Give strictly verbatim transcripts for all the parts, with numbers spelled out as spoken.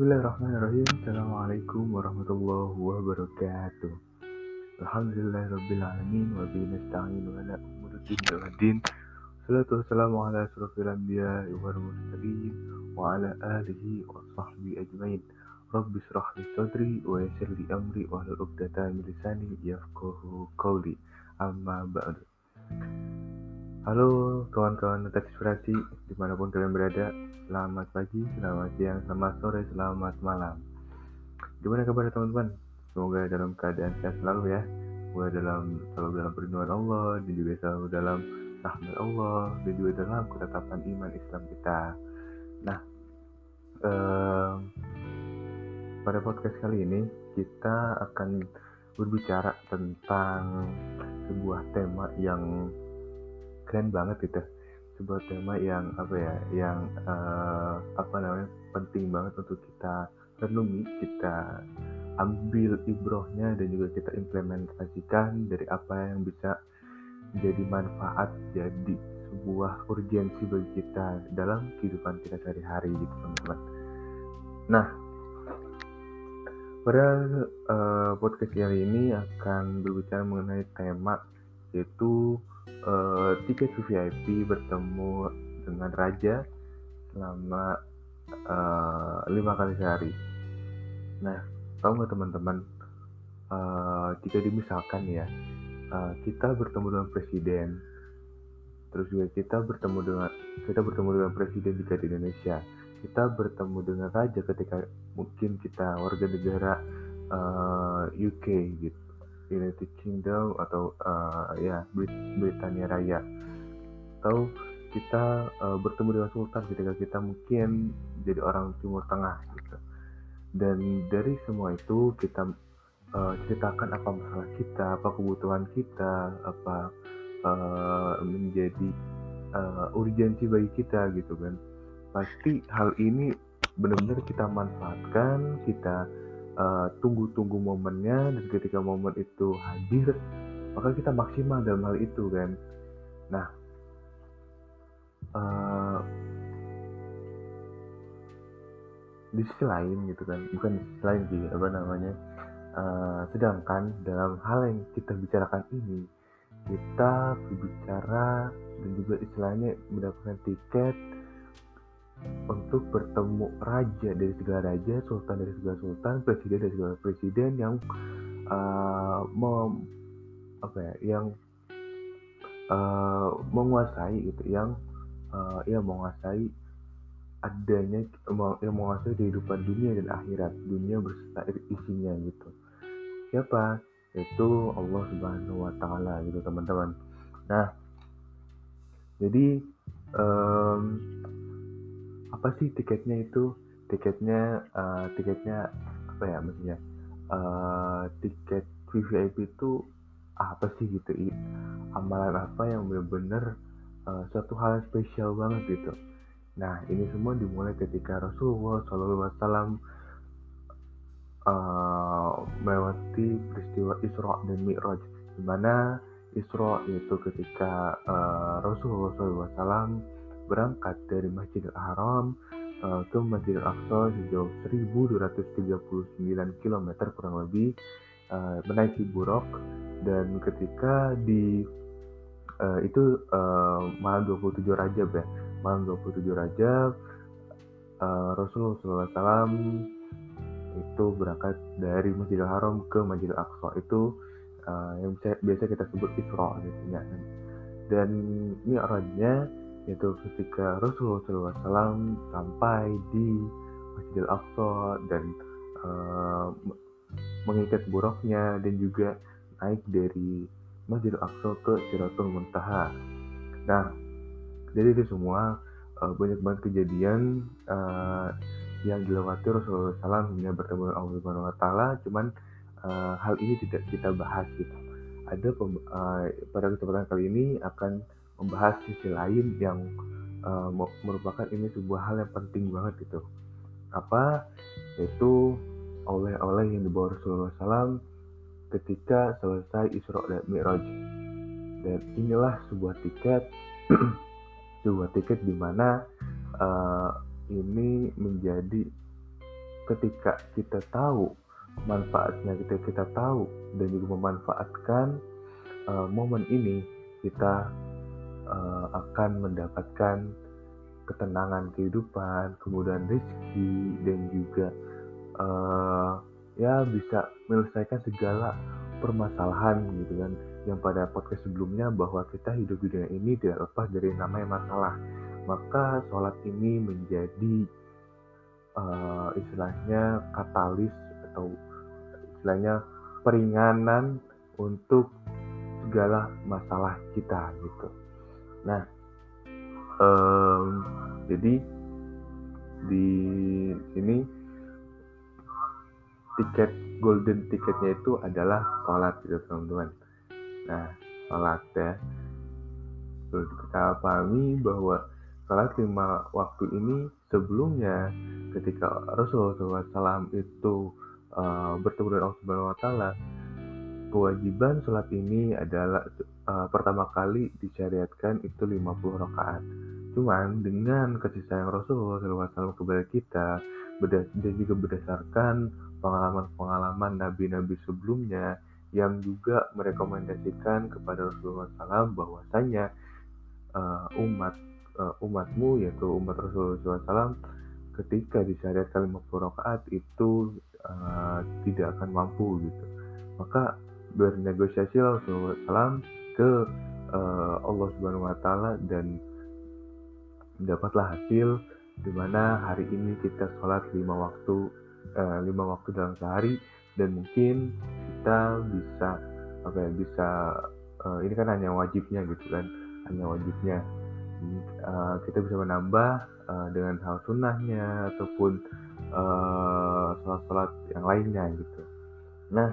Bismillahirrahmanirrahim. Assalamualaikum warahmatullahi wabarakatuh. Alhamdulillahirrabbilalamin. Wa bihi nasta'in wa ala umuri din. Salatu wassalamu ala asrofil anbiya wal mursalin wa ala alihi wa sahbihi ajmain. Rabbi shrah li sadri wa yassir li amri wa hlul 'uqdatam min lisani yafqahu qawli. Amma ba'du. Halo kawan-kawan terinspirasi dimanapun kalian berada. Selamat pagi, selamat siang, selamat sore, selamat malam. Gimana kabar teman-teman? Semoga dalam keadaan sehat selalu ya. Semoga dalam selalu dalam perlindungan Allah dan juga selalu dalam rahmat Allah dan juga dalam ketetapan iman Islam kita. Nah, eh, pada podcast kali ini kita akan berbicara tentang sebuah tema yang keren banget gitu, sebuah tema yang apa ya, yang uh, apa namanya penting banget untuk kita renungi, kita ambil ibrohnya dan juga kita implementasikan dari apa yang bisa jadi manfaat, jadi sebuah urgensi bagi kita dalam kehidupan kita sehari-hari gitu teman-teman. Nah, pada uh, podcast kali ini akan berbicara mengenai tema yaitu Uh, tiket V V I P bertemu dengan raja selama uh, lima kali sehari. Nah, tahu nggak teman-teman, uh, jika dimisalkan ya, uh, kita bertemu dengan presiden, terus juga kita bertemu dengan kita bertemu dengan presiden jika di Indonesia, kita bertemu dengan raja ketika mungkin kita warga negara uh, U K gitu, United Kingdom atau uh, ya Brit- Britania Raya, atau kita uh, bertemu dengan sultan ketika kita mungkin jadi orang Timur Tengah gitu. Dan dari semua itu kita uh, ceritakan apa masalah kita, apa kebutuhan kita, apa uh, menjadi uh, urgensi bagi kita gitu kan. Pasti hal ini benar-benar kita manfaatkan, kita Uh, tunggu-tunggu momennya, dan ketika momen itu hadir maka kita maksimal dalam hal itu kan. Nah, uh, di sisi lain gitu kan, bukan di sisi lain sih apa namanya, uh, sedangkan dalam hal yang kita bicarakan ini kita berbicara dan juga istilahnya mendapatkan tiket untuk bertemu raja dari segala raja, sultan dari segala sultan, presiden dari segala presiden yang uh, mem, apa ya, yang uh, menguasai gitu, yang uh, ya menguasai adanya, yang menguasai kehidupan dunia dan akhirat, dunia berserta isinya gitu. Siapa? Itu Allah Subhanahu Wa Taala gitu teman-teman. Nah, jadi um, apa sih tiketnya itu? Tiketnya, uh, tiketnya apa ya maksudnya? Uh, tiket V V I P itu apa sih gitu? Amalan apa yang benar-benar uh, suatu hal yang spesial banget gitu. Nah, ini semua dimulai ketika Rasulullah shallallahu alaihi wasallam uh, melewati peristiwa Isra dan Mi'raj, di mana Isra yaitu ketika uh, Rasulullah shallallahu alaihi wasallam berangkat dari Masjidil Haram uh, ke Masjidil Aqsa sejauh seribu dua ratus tiga puluh sembilan kilometer kurang lebih, uh, menaiki buruk, dan ketika di uh, itu uh, malam dua puluh tujuh Rajab ya, malam dua puluh tujuh Rajab, uh, Rasulullah shallallahu alaihi wasallam itu berangkat dari Masjidil Haram ke Masjidil Aqsa, itu uh, yang biasa, biasa kita sebut Isra gitu ya. Dan Mi'rajnya itu ketika Rasulullah shallallahu alaihi wasallam sampai di Masjidil Aqsa dan uh, mengikat buruknya dan juga naik dari Masjidil Aqsa ke Sidratul Muntaha. Nah, dari itu semua uh, banyak banget kejadian uh, yang dilewati Rasulullah shallallahu alaihi wasallam hingga bertemu dengan Allah Subhanahu Wa Taala. Cuman uh, hal ini tidak kita bahas gitu. Ada pem- uh, pada kesempatan kali ini akan membahas sisi lain yang uh, merupakan ini sebuah hal yang penting banget gitu. Apa? Yaitu oleh-oleh yang dibawa Rasulullah shallallahu alaihi wasallam ketika selesai Isra dan Mi'raj. Dan inilah sebuah tiket sebuah tiket di mana uh, ini menjadi ketika kita tahu manfaatnya, kita kita tahu dan juga memanfaatkan uh, momen ini, kita uh, akan mendapatkan ketenangan kehidupan, kemudahan rezeki, dan juga uh, ya bisa menyelesaikan segala permasalahan gitu kan. Yang pada podcast sebelumnya bahwa kita hidup di dunia ini tidak lepas dari namanya masalah. Maka sholat ini menjadi uh, istilahnya katalis atau istilahnya peringanan untuk segala masalah kita gitu. Nah, um, jadi di sini tiket golden tiketnya itu adalah sholat gitu teman-teman. Nah, sholat ya. Terus kita pahami bahwa sholat lima waktu ini sebelumnya ketika Rasulullah shallallahu alaihi wasallam itu uh, bertemu dengan Allah Subhanahu Wa Taala, kewajiban sholat ini adalah uh, pertama kali disyariatkan itu lima puluh rakaat. Cuman dengan kasih sayang Rasulullah shallallahu alaihi wasallam kepada kita dan juga berdasarkan pengalaman-pengalaman nabi-nabi sebelumnya yang juga merekomendasikan kepada Rasulullah shallallahu alaihi wasallam bahwasanya uh, umat uh, umatmu yaitu umat Rasulullah shallallahu alaihi wasallam ketika disyariatkan lima puluh rakaat itu uh, tidak akan mampu gitu. Maka bernegosiasi Rasulullah shallallahu alaihi wasallam ke uh, Allah Subhanahu Wa Taala dan dapatlah hasil di mana hari ini kita sholat lima waktu uh, lima waktu dalam sehari, dan mungkin kita bisa apa ya bisa uh, ini kan hanya wajibnya gitu kan hanya wajibnya uh, kita bisa menambah uh, dengan hal sunnahnya ataupun uh, sholat-sholat yang lainnya gitu. Nah,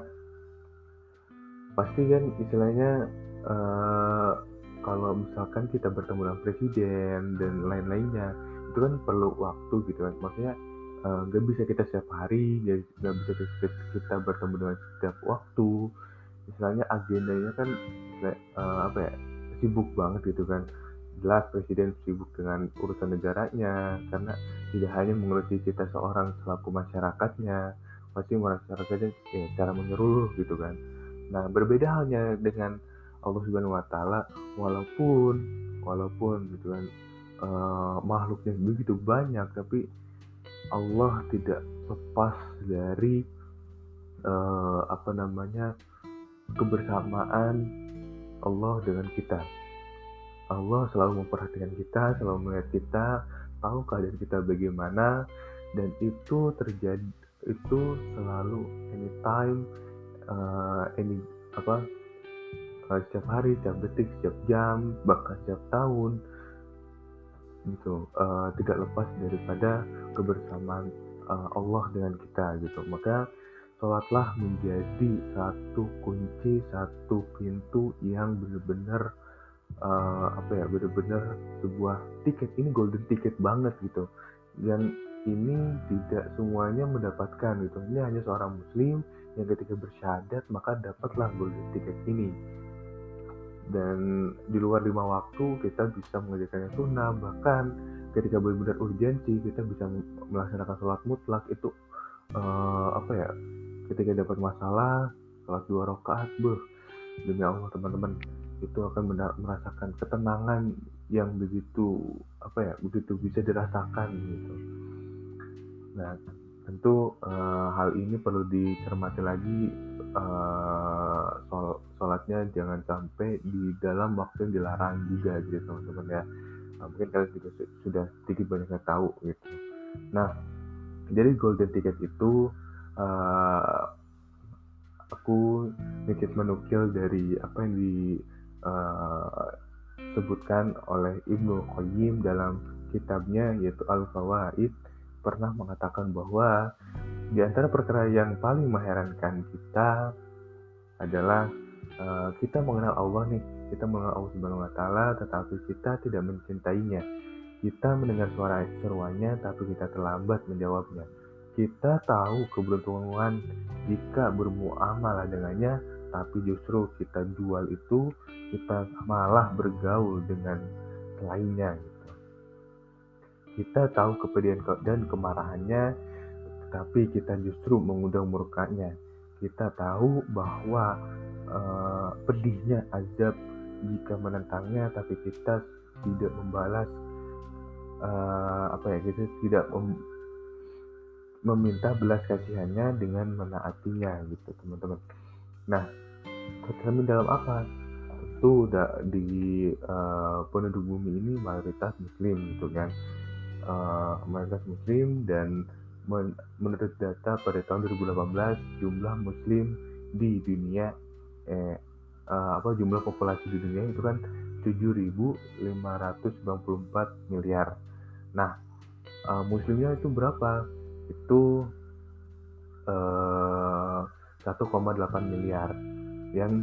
pasti kan istilahnya uh, kalau misalkan kita bertemu dengan presiden dan lain-lainnya itu kan perlu waktu gitu kan, maksudnya nggak uh, bisa kita setiap hari, nggak bisa kita, kita bertemu dengan setiap waktu, istilahnya agendanya kan uh, apa ya sibuk banget gitu kan. Jelas presiden sibuk dengan urusan negaranya karena tidak hanya mengurusi kita seorang selaku masyarakatnya, pasti masyarakatnya ya, secara menyeluruh gitu kan. Nah, berbeda halnya dengan Allah Subhanahu Wa Taala, walaupun walaupun gitu kan uh, makhluknya begitu banyak, tapi Allah tidak lepas dari uh, apa namanya kebersamaan Allah dengan kita. Allah selalu memperhatikan kita, selalu melihat kita, tahu keadaan kita bagaimana, dan itu terjadi itu selalu anytime, uh, any apa setiap hari, setiap detik, setiap jam, bahkan setiap tahun gitu, uh, tidak lepas daripada kebersamaan uh, Allah dengan kita gitu. Maka sholatlah menjadi satu kunci, satu pintu yang benar-benar uh, apa ya benar-benar sebuah tiket, ini golden ticket banget gitu, yang ini tidak semuanya mendapatkan gitu. Ini hanya seorang muslim yang ketika bersyahadat maka dapatlah golden ticket ini. Dan di luar lima waktu kita bisa mengerjakan yang sunnah, bahkan ketika benar-benar urgensi kita bisa melaksanakan sholat mutlak itu uh, apa ya ketika dapat masalah sholat dua rakaat, beuh demi Allah teman-teman itu akan benar, merasakan ketenangan yang begitu apa ya begitu bisa dirasakan gitu. Nah, tentu uh, hal ini perlu dicermati lagi, uh, sol- sholatnya jangan sampai di dalam waktu yang dilarang juga gitu teman-teman ya. Nah, mungkin kalian juga su- sudah sedikit banyaknya tahu gitu. Nah, jadi golden ticket itu uh, aku sedikit menukil dari apa yang disebutkan uh, oleh Ibnu Qayyim dalam kitabnya yaitu Al-Fawaid, pernah mengatakan bahwa di antara perkara yang paling mengherankan kita adalah uh, kita mengenal Allah nih, kita mengenal Allah Subhanahu Wa Taala, tetapi kita tidak mencintainya. Kita mendengar suara seruannya, tapi kita terlambat menjawabnya. Kita tahu keberuntungan jika bermuamalah dengannya, tapi justru kita jual itu, kita malah bergaul dengan lainnya. Kita tahu kepedihan dan kemarahannya, tapi kita justru mengundang murkanya. Kita tahu bahwa uh, pedihnya azab jika menentangnya, tapi kita tidak membalas uh, apa ya kita tidak mem- meminta belas kasihannya dengan menaatinya gitu teman-teman. Nah, tercermin dalam apa? Tentu da- di uh, penduduk bumi ini mayoritas muslim gitu kan. Uh, mayoritas muslim dan men- menurut data pada tahun dua ribu delapan belas jumlah muslim di dunia eh uh, apa jumlah populasi di dunia itu kan tujuh ribu lima ratus sembilan puluh empat miliar. Nah, uh, muslimnya itu berapa? Itu uh, satu koma delapan miliar yang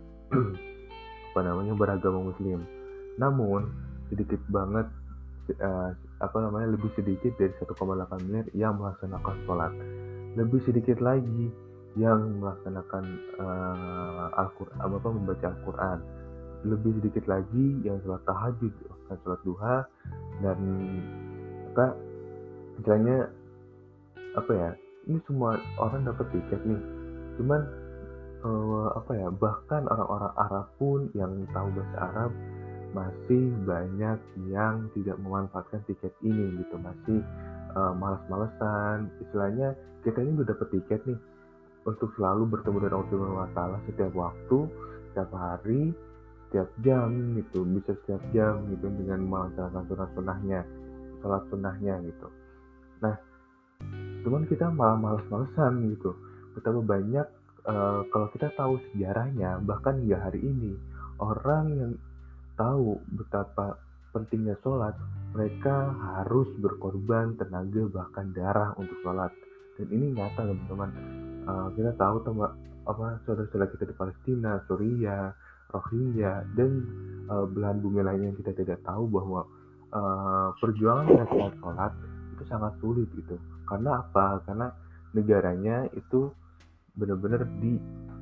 apa namanya beragama muslim. Namun sedikit banget uh, apa namanya lebih sedikit dari satu koma delapan miliar yang melaksanakan sholat. Lebih sedikit lagi yang melaksanakan uh, Al-Qur'an apa membaca Al-Qur'an. Lebih sedikit lagi yang sholat tahajud, sholat duha, dan apa istilahnya apa ya? Ini semua orang dapat tiket nih. Cuman uh, apa ya? Bahkan orang-orang Arab pun yang tahu bahasa Arab masih banyak yang tidak memanfaatkan tiket ini gitu, masih uh, malas-malesan. Istilahnya kita ini udah dapat tiket nih untuk selalu bertemu dengan Allah Subhanahu Wa Taala setiap waktu, setiap hari, setiap jam gitu, bisa setiap jam gitu dengan melaksanakan sunnah-sunnahnya, sholat sunnahnya gitu. Nah, cuman kita malah malas-malesan gitu. Betapa banyak uh, kalau kita tahu sejarahnya, bahkan hingga hari ini orang yang tahu betapa pentingnya sholat, mereka harus berkorban tenaga bahkan darah untuk sholat. Dan ini nyata teman-teman. Uh, kita tahu teman apa saudara-saudara kita di Palestina, Suriah, Rohingya, dan uh, belahan bumi lainnya yang kita tidak tahu bahwa uh, perjuangan mereka sholat itu sangat sulit gitu. Karena apa? Karena negaranya itu benar-benar di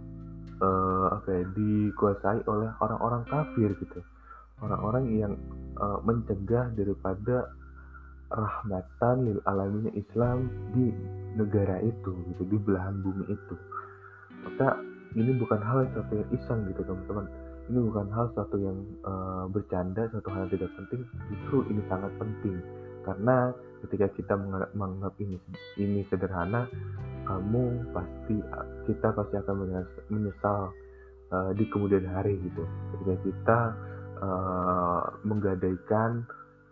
uh, apa ya, dikuasai oleh orang-orang kafir gitu. Orang-orang yang uh, mencegah daripada rahmatan lil alaminnya Islam di negara itu gitu, di belahan bumi itu. Maka ini bukan hal yang satu yang iseng gitu teman-teman. Ini bukan hal satu yang uh, bercanda, satu hal yang tidak penting. Justru ini sangat penting karena ketika kita menganggap, menganggap ini ini sederhana, kamu pasti kita pasti akan menyesal uh, di kemudian hari gitu. Ketika kita uh, menggadaikan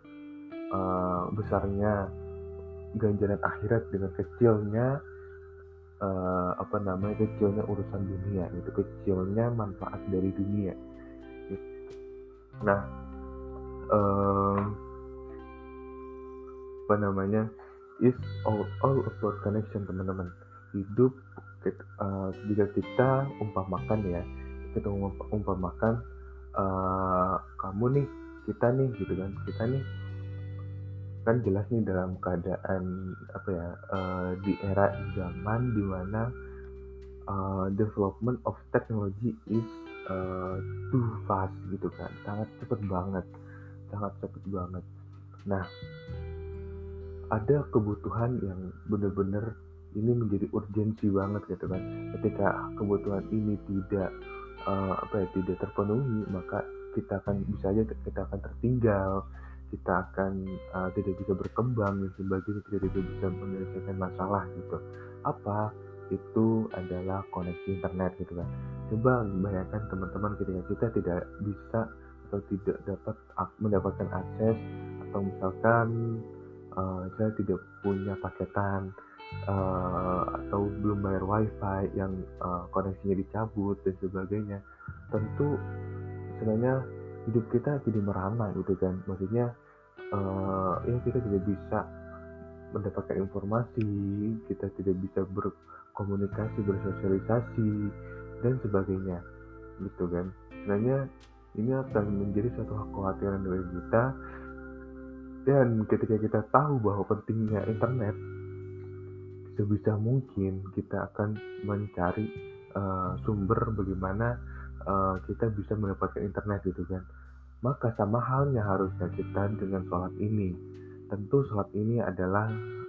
uh, besarnya ganjaran akhirat dengan kecilnya uh, apa namanya kecilnya urusan dunia itu kecilnya manfaat dari dunia gitu. Nah uh, apa namanya is all all about connection teman-teman. Hidup uh, jika kita umpamakan ya kita umpamakan uh, kamu nih kita nih gitu kan kita nih kan jelas nih dalam keadaan apa ya uh, di era zaman dimana uh, development of technology is uh, too fast gitu kan, sangat cepet banget sangat cepet banget. Nah, ada kebutuhan yang benar-benar ini menjadi urgensi banget gitu kan. Ketika kebutuhan ini tidak uh, apa ya tidak terpenuhi, maka kita akan bisa aja kita akan tertinggal, kita akan uh, tidak bisa berkembang dan sebagainya, tidak bisa menyelesaikan masalah gitu. Apa itu adalah koneksi internet gitu kan. Coba bayangkan teman-teman ketika kita tidak bisa atau tidak dapat mendapatkan akses atau misalkan uh, saya tidak punya paketan uh, atau belum bayar wifi yang uh, koneksinya dicabut dan sebagainya, tentu sebenarnya hidup kita jadi merana gitu kan. Maksudnya uh, ya kita tidak bisa mendapatkan informasi, kita tidak bisa berkomunikasi, bersosialisasi dan sebagainya gitu kan. Sebenarnya ini akan menjadi suatu kekhawatiran dari kita, dan ketika kita tahu bahwa pentingnya internet, sebisa mungkin kita akan mencari uh, sumber bagaimana uh, kita bisa mendapatkan internet gitu kan. Maka sama halnya harusnya kita dengan sholat ini. Tentu sholat ini adalah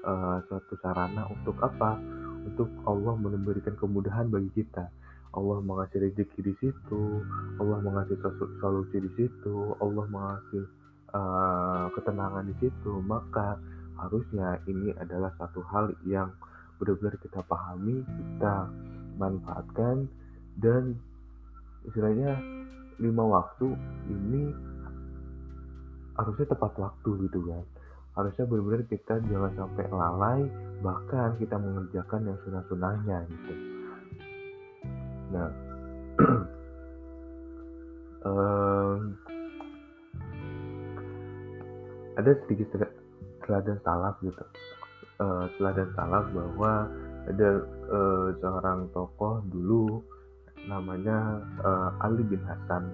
uh, suatu sarana untuk apa? Untuk Allah memberikan kemudahan bagi kita. Allah mengasih rezeki di situ, Allah mengasih solusi di situ, Allah mengasih uh, ketenangan di situ. Maka harusnya ini adalah satu hal yang benar-benar kita pahami, kita manfaatkan, dan istilahnya lima waktu ini harusnya tepat waktu gitu kan. Harusnya benar-benar kita jangan sampai lalai, bahkan kita mengerjakan yang sunnah-sunnahnya gitu. Nah, um, ada sedikit teladan salaf gitu, uh, teladan salaf bahwa ada uh, seorang tokoh dulu namanya uh, Ali bin Hasan.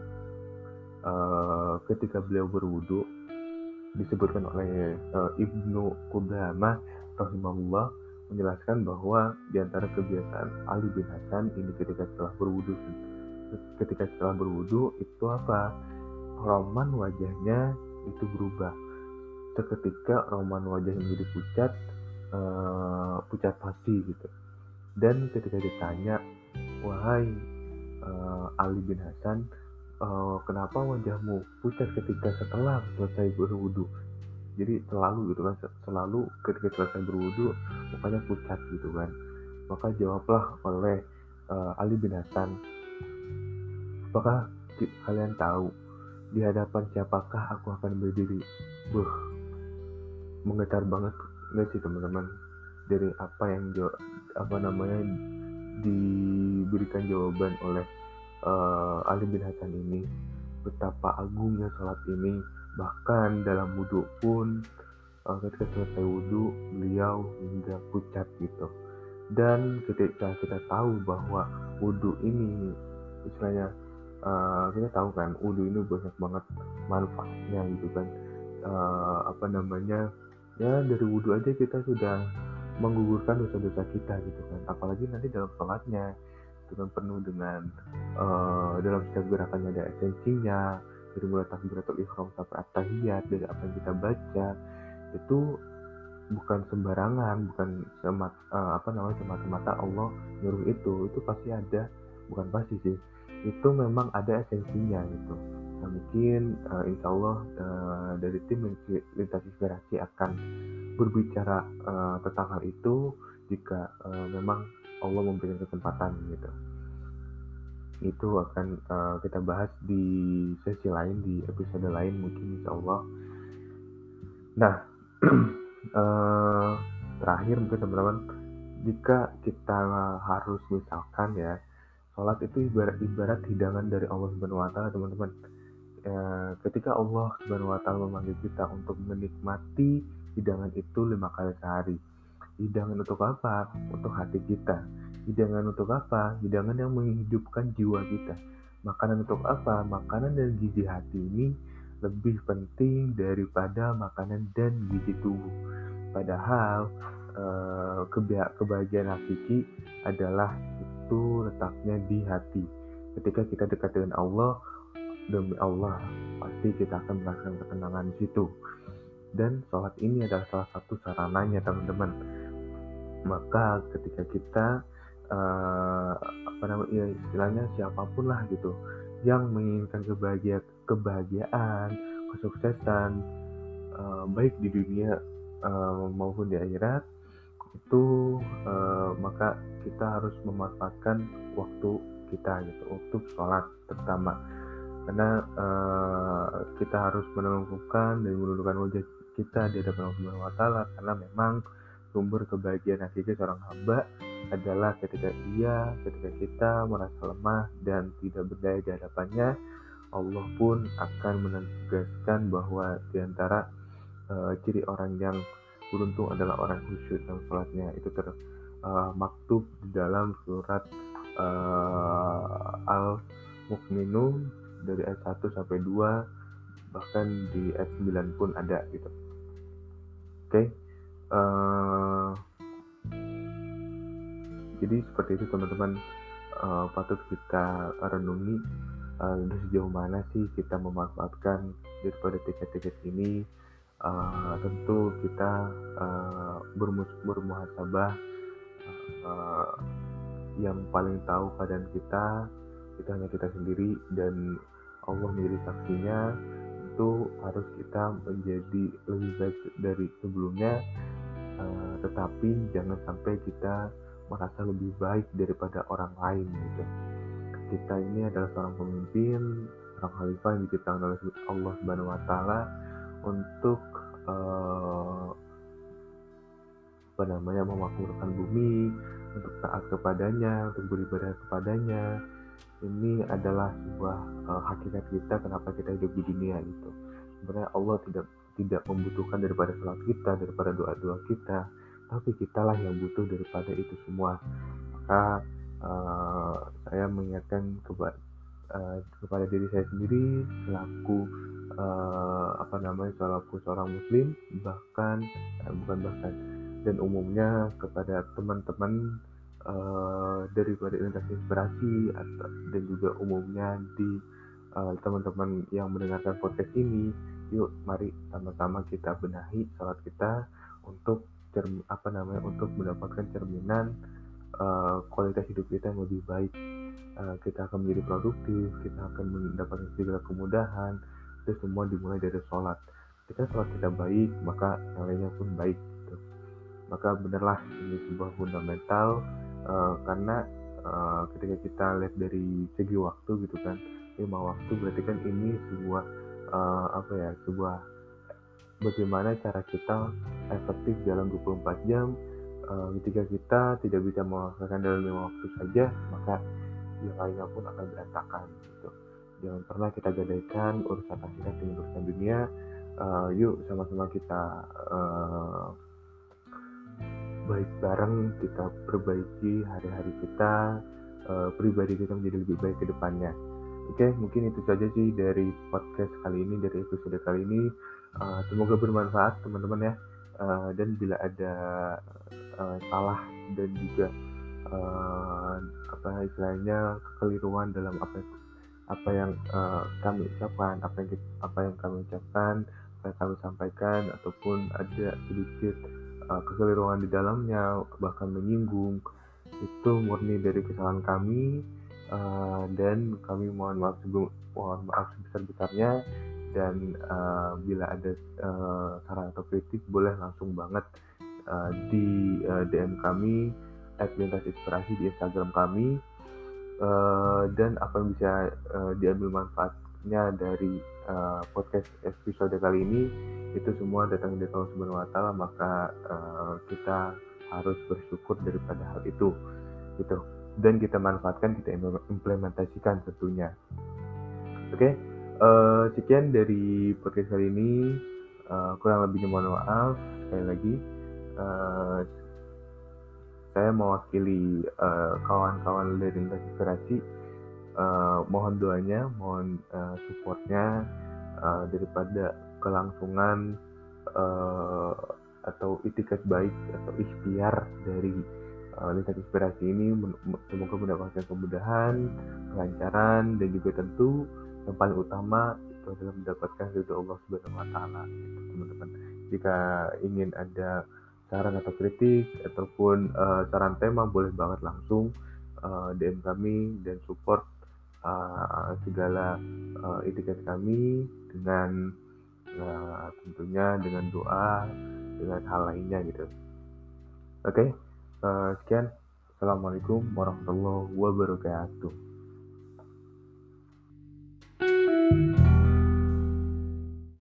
Uh, ketika beliau berwudu, disebutkan oleh uh, Ibnu Qudamah rahimahullah menjelaskan bahwa di antara kebiasaan Ali bin Hasan ini ketika setelah berwudu ketika setelah berwudu itu apa? Roman wajahnya itu berubah. Seketika roman wajahnya menjadi pucat, uh, pucat pasi gitu. Dan ketika ditanya, wahai uh, Ali bin Hasan, uh, kenapa wajahmu pucat ketika setelah selesai berwudu? Jadi selalu gitu kan, selalu ketika selesai berwudu mukanya pucat gitu kan. Maka jawablah oleh uh, Ali bin Hasan, apakah kalian tahu di hadapan siapakah aku akan berdiri? Buh, menggetar banget nggak sih teman-teman dari apa yang jawab, apa namanya diberikan jawaban oleh uh, Ali bin Hasan ini. Betapa agungnya salat ini, bahkan dalam wudhu pun uh, ketika selesai wudhu beliau hingga pucat gitu. Dan ketika kita tahu bahwa wudhu ini istilahnya uh, kita tahu kan wudhu ini banyak banget manfaatnya gitu kan, uh, apa namanya ya dari wudhu aja kita sudah menggugurkan dosa-dosa kita gitu kan, apalagi nanti dalam sholatnya dengan penuh dengan uh, dalam setiap gerakannya ada esensinya, dari mulai takbiratul ihram sampai at-tahiyat, dari apa yang kita baca itu bukan sembarangan, bukan semat, uh, apa namanya semata-mata Allah nyuruh itu, itu pasti ada, bukan pasti sih, itu memang ada esensinya gitu. Nah, mungkin uh, insya Allah uh, dari tim lintas inspirasi akan berbicara uh, tentang hal itu jika uh, memang Allah memberikan kesempatan gitu. Itu akan uh, kita bahas di sesi lain, di episode lain mungkin insya Allah. Nah, uh, terakhir mungkin teman-teman, jika kita harus misalkan ya, sholat itu ibarat ibarat hidangan dari Allah Subhanahu Wa Taala teman-teman. Uh, ketika Allah Subhanahu Wa Taala memanggil kita untuk menikmati hidangan itu lima kali sehari. Hidangan untuk apa? Untuk hati kita. Hidangan untuk apa? Hidangan yang menghidupkan jiwa kita. Makanan untuk apa? Makanan dan gizi hati ini lebih penting daripada makanan dan gizi tubuh. Padahal eh, kebahagiaan hakiki adalah itu letaknya di hati. Ketika kita dekat dengan Allah, demi Allah pasti kita akan merasakan ketenangan di situ. Dan sholat ini adalah salah satu sarananya teman-teman. Maka ketika kita uh, apa namanya ya istilahnya siapapun lah gitu yang menginginkan kebahagiaan, kebahagiaan kesuksesan uh, baik di dunia uh, maupun di akhirat itu uh, maka kita harus memanfaatkan waktu kita gitu untuk sholat terutama, karena uh, kita harus menentukan dan menundukkan wajah kita di hadapan Allah Subhanahu Wa Taala, karena memang sumber kebahagiaan hakiki seorang hamba adalah ketika ia, ketika kita merasa lemah dan tidak berdaya di hadapannya, Allah pun akan menegaskan bahwa di antara uh, ciri orang yang beruntung adalah orang khusyuk dalam sholatnya. Itu termaktub uh, di dalam surat uh, Al-Mu'minun dari ayat satu sampai dua, bahkan di ayat sembilan pun ada gitu. Oke. Okay? Uh, jadi seperti itu teman-teman, uh, patut kita renungi uh, sejauh mana sih kita memanfaatkan daripada tiket-tiket ini uh, tentu kita uh, bermus- bermuhasabah. uh, yang paling tahu keadaan kita itu hanya kita sendiri, dan Allah menjadi saksinya. Itu harus kita menjadi lebih baik dari sebelumnya, uh, tetapi jangan sampai kita merasa lebih baik daripada orang lain gitu. Kita ini adalah seorang pemimpin, seorang khalifah yang diciptakan oleh Allah Subhanahu wa taala untuk uh, apa namanya memakmurkan bumi, untuk taat kepadanya, untuk beribadah kepadanya. Ini adalah sebuah uh, hakikat kita kenapa kita hidup di dunia itu. Sebenarnya Allah tidak tidak membutuhkan daripada salat kita, daripada doa-doa kita, tapi kitalah yang butuh daripada itu semua. Maka uh, saya mengingatkan kepada uh, kepada diri saya sendiri selaku uh, apa namanya selaku seorang muslim, bahkan uh, bukan bahkan dan umumnya kepada teman-teman uh, daripada lintas inspirasi atau, dan juga umumnya di uh, teman-teman yang mendengarkan podcast ini. Yuk mari sama-sama kita benahi salat kita untuk cerm, apa namanya untuk mendapatkan cerminan uh, kualitas hidup kita yang lebih baik. Uh, kita akan menjadi produktif, kita akan mendapatkan segala kemudahan. Itu semua dimulai dari sholat. Ketika sholat kita baik, maka yang lainnya pun baik gitu. Maka benarlah ini sebuah fundamental, uh, karena uh, ketika kita lihat dari segi waktu gitu kan, lima waktu berarti kan ini sebuah uh, apa ya sebuah bagaimana cara kita efektif dalam dua puluh empat jam. Uh, ketika kita tidak bisa melaksanakan dalam lima waktu saja, maka yang lainnya pun akan berantakan gitu. Jangan pernah kita gadaikan urusan akhirat dengan urusan dunia. Uh, yuk sama-sama kita uh, baik bareng, kita perbaiki hari-hari kita, uh, pribadi kita menjadi lebih baik ke depannya. Oke, mungkin itu saja sih dari podcast kali ini, dari episode kali ini. Uh, semoga bermanfaat teman-teman ya. Uh, dan bila ada uh, salah dan juga uh, apa istilahnya kekeliruan dalam apa apa yang uh, kami ucapkan, apa yang apa yang kami ucapkan, apa yang kami sampaikan, ataupun ada sedikit uh, kekeliruan di dalamnya, bahkan menyinggung, itu murni dari kesalahan kami. Uh, dan kami mohon maaf sebelum mohon maaf sebesar-besarnya. Dan uh, bila ada uh, saran atau kritik boleh langsung banget uh, di uh, D M kami at lintas inspirasi di Instagram kami. Uh, dan apa yang bisa uh, diambil manfaatnya dari uh, podcast episode kali ini, itu semua datang dari Allah Subhanahu wa taala. Maka uh, kita harus bersyukur daripada hal itu gitu, dan kita manfaatkan, kita implementasikan tentunya. Oke, okay? uh, sekian dari podcast kali ini. Uh, kurang lebihnya mohon maaf sekali lagi. Uh, saya mewakili uh, kawan-kawan dari lintas inspirasi. Uh, mohon doanya, mohon uh, supportnya, uh, daripada kelangsungan uh, atau itikat baik atau ikhtiar dari uh, lintas inspirasi ini. Semoga mendapatkan kemudahan, kelancaran, dan juga tentu yang paling utama itu adalah mendapatkan ridho Allah Subhanahu wa taala gitu, teman-teman. Jika ingin ada saran atau kritik ataupun uh, saran tema, boleh banget langsung uh, D M kami dan support uh, segala uh, itikat kami dengan uh, tentunya dengan doa, dengan hal lainnya gitu. Oke, okay? uh, sekian. Assalamualaikum warahmatullahi wabarakatuh.